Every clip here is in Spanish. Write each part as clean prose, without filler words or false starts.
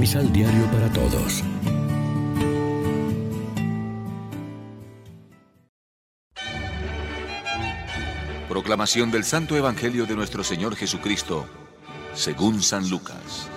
Misal Diario para Todos. Proclamación del Santo Evangelio de nuestro Señor Jesucristo, según San Lucas.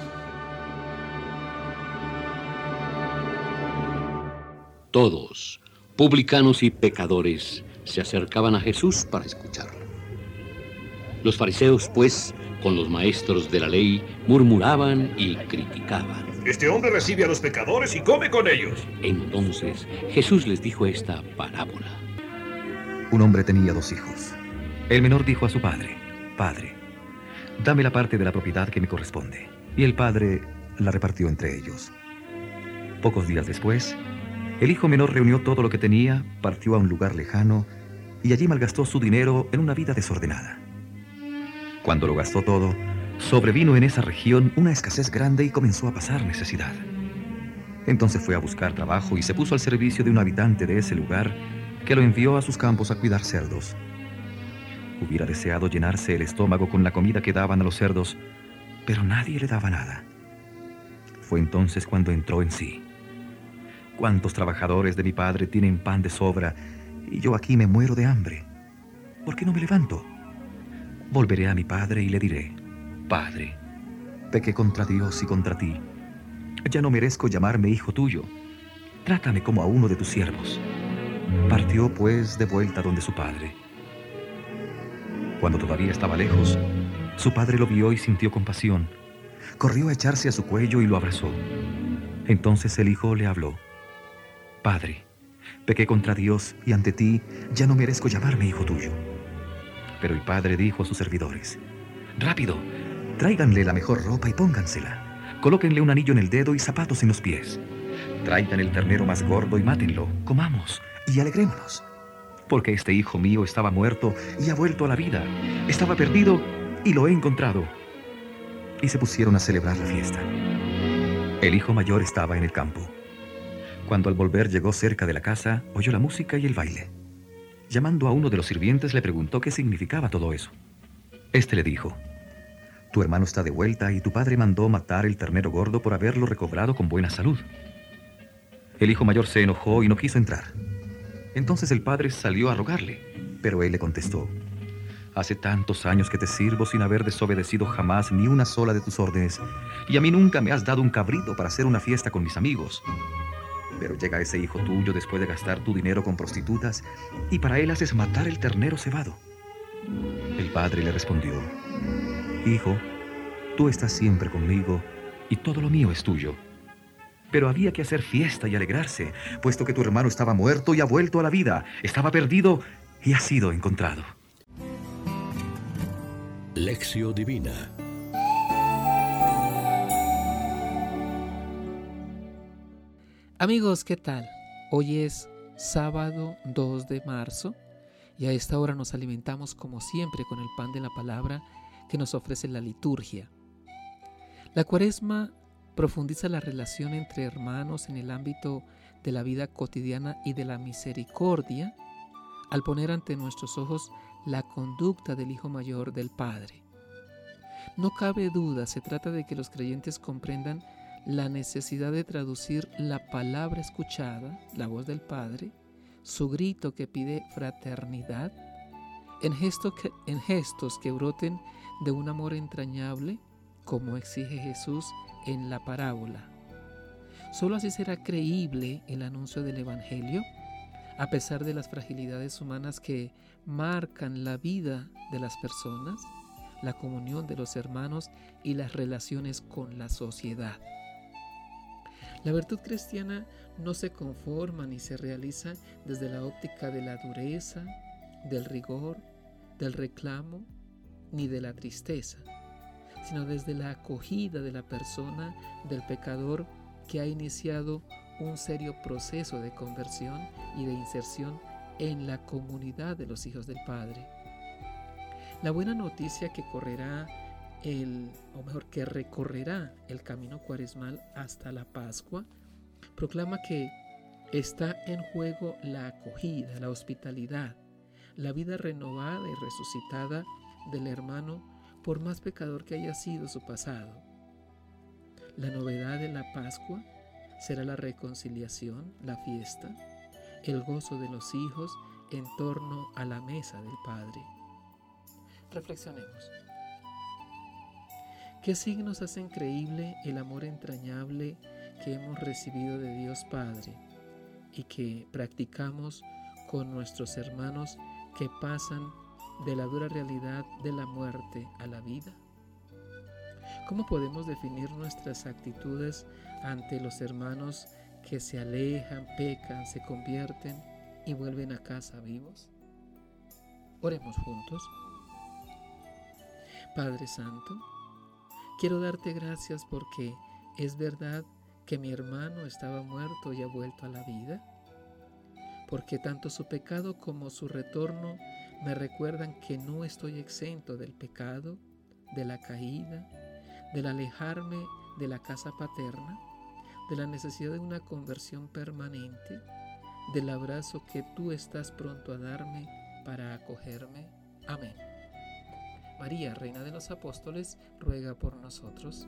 Todos, publicanos y pecadores, se acercaban a Jesús para escucharlo. Los fariseos, pues, con los maestros de la ley, murmuraban y criticaban. Este hombre recibe a los pecadores y come con ellos. Entonces Jesús les dijo esta parábola. Un hombre tenía 2 hijos. El menor dijo a su padre: Padre, dame la parte de la propiedad que me corresponde. Y el padre la repartió entre ellos. Pocos días después, el hijo menor reunió todo lo que tenía, partió a un lugar lejano y allí malgastó su dinero en una vida desordenada. Cuando lo gastó todo, sobrevino en esa región una escasez grande y comenzó a pasar necesidad. Entonces fue a buscar trabajo y se puso al servicio de un habitante de ese lugar que lo envió a sus campos a cuidar cerdos. Hubiera deseado llenarse el estómago con la comida que daban a los cerdos, pero nadie le daba nada. Fue entonces cuando entró en sí. ¿Cuántos trabajadores de mi padre tienen pan de sobra y yo aquí me muero de hambre? ¿Por qué no me levanto? Volveré a mi padre y le diré: Padre, pequé contra Dios y contra ti. Ya no merezco llamarme hijo tuyo. Trátame como a uno de tus siervos. Partió, pues, de vuelta donde su padre. Cuando todavía estaba lejos, su padre lo vio y sintió compasión. Corrió a echarse a su cuello y lo abrazó. Entonces el hijo le habló: Padre, pequé contra Dios y ante ti ya no merezco llamarme hijo tuyo. Pero el padre dijo a sus servidores: Rápido, tráiganle la mejor ropa y póngansela. Colóquenle un anillo en el dedo y zapatos en los pies. Traigan el ternero más gordo y mátenlo. Comamos y alegrémonos. Porque este hijo mío estaba muerto y ha vuelto a la vida. Estaba perdido y lo he encontrado. Y se pusieron a celebrar la fiesta. El hijo mayor estaba en el campo. Cuando al volver llegó cerca de la casa, oyó la música y el baile. Llamando a uno de los sirvientes, le preguntó qué significaba todo eso. Este le dijo: Tu hermano está de vuelta y tu padre mandó matar el ternero gordo por haberlo recobrado con buena salud. El hijo mayor se enojó y no quiso entrar. Entonces el padre salió a rogarle, pero él le contestó: Hace tantos años que te sirvo sin haber desobedecido jamás ni una sola de tus órdenes, y a mí nunca me has dado un cabrito para hacer una fiesta con mis amigos. Pero llega ese hijo tuyo después de gastar tu dinero con prostitutas, y para él haces matar el ternero cebado. El padre le respondió: Hijo, tú estás siempre conmigo, y todo lo mío es tuyo. Pero había que hacer fiesta y alegrarse, puesto que tu hermano estaba muerto y ha vuelto a la vida, estaba perdido y ha sido encontrado. Lección Divina. Amigos, ¿qué tal? Hoy es sábado 2 de marzo y a esta hora nos alimentamos como siempre con el pan de la palabra que nos ofrece la liturgia. La Cuaresma profundiza la relación entre hermanos en el ámbito de la vida cotidiana y de la misericordia al poner ante nuestros ojos la conducta del hijo mayor del Padre. No cabe duda, se trata de que los creyentes comprendan la necesidad de traducir la palabra escuchada, la voz del Padre, su grito que pide fraternidad, en gestos que broten de un amor entrañable, como exige Jesús en la parábola. Solo así será creíble el anuncio del Evangelio, a pesar de las fragilidades humanas que marcan la vida de las personas, la comunión de los hermanos y las relaciones con la sociedad. La virtud cristiana no se conforma ni se realiza desde la óptica de la dureza, del rigor, del reclamo, ni de la tristeza, sino desde la acogida de la persona del pecador que ha iniciado un serio proceso de conversión y de inserción en la comunidad de los hijos del Padre. La buena noticia que recorrerá el camino cuaresmal hasta la Pascua, proclama que está en juego la acogida, la hospitalidad, la vida renovada y resucitada del hermano, por más pecador que haya sido su pasado. La novedad de la Pascua será la reconciliación, la fiesta, el gozo de los hijos en torno a la mesa del Padre. Reflexionemos. ¿Qué signos hacen creíble el amor entrañable que hemos recibido de Dios Padre y que practicamos con nuestros hermanos que pasan de la dura realidad de la muerte a la vida? ¿Cómo podemos definir nuestras actitudes ante los hermanos que se alejan, pecan, se convierten y vuelven a casa vivos? Oremos juntos. Padre Santo, quiero darte gracias porque es verdad que mi hermano estaba muerto y ha vuelto a la vida, porque tanto su pecado como su retorno me recuerdan que no estoy exento del pecado, de la caída, del alejarme de la casa paterna, de la necesidad de una conversión permanente, del abrazo que tú estás pronto a darme para acogerme. Amén. María, Reina de los Apóstoles, ruega por nosotros.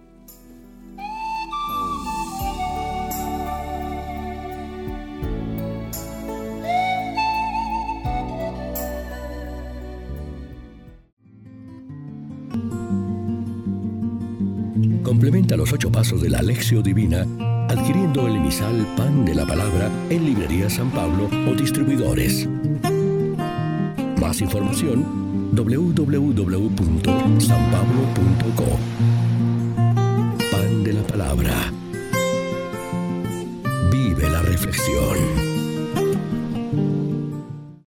Complementa los 8 pasos de la Alexio Divina adquiriendo el emisal Pan de la Palabra en Librería San Pablo o distribuidores. Más información www.sanpablo.co. Pan de la Palabra. Vive la reflexión.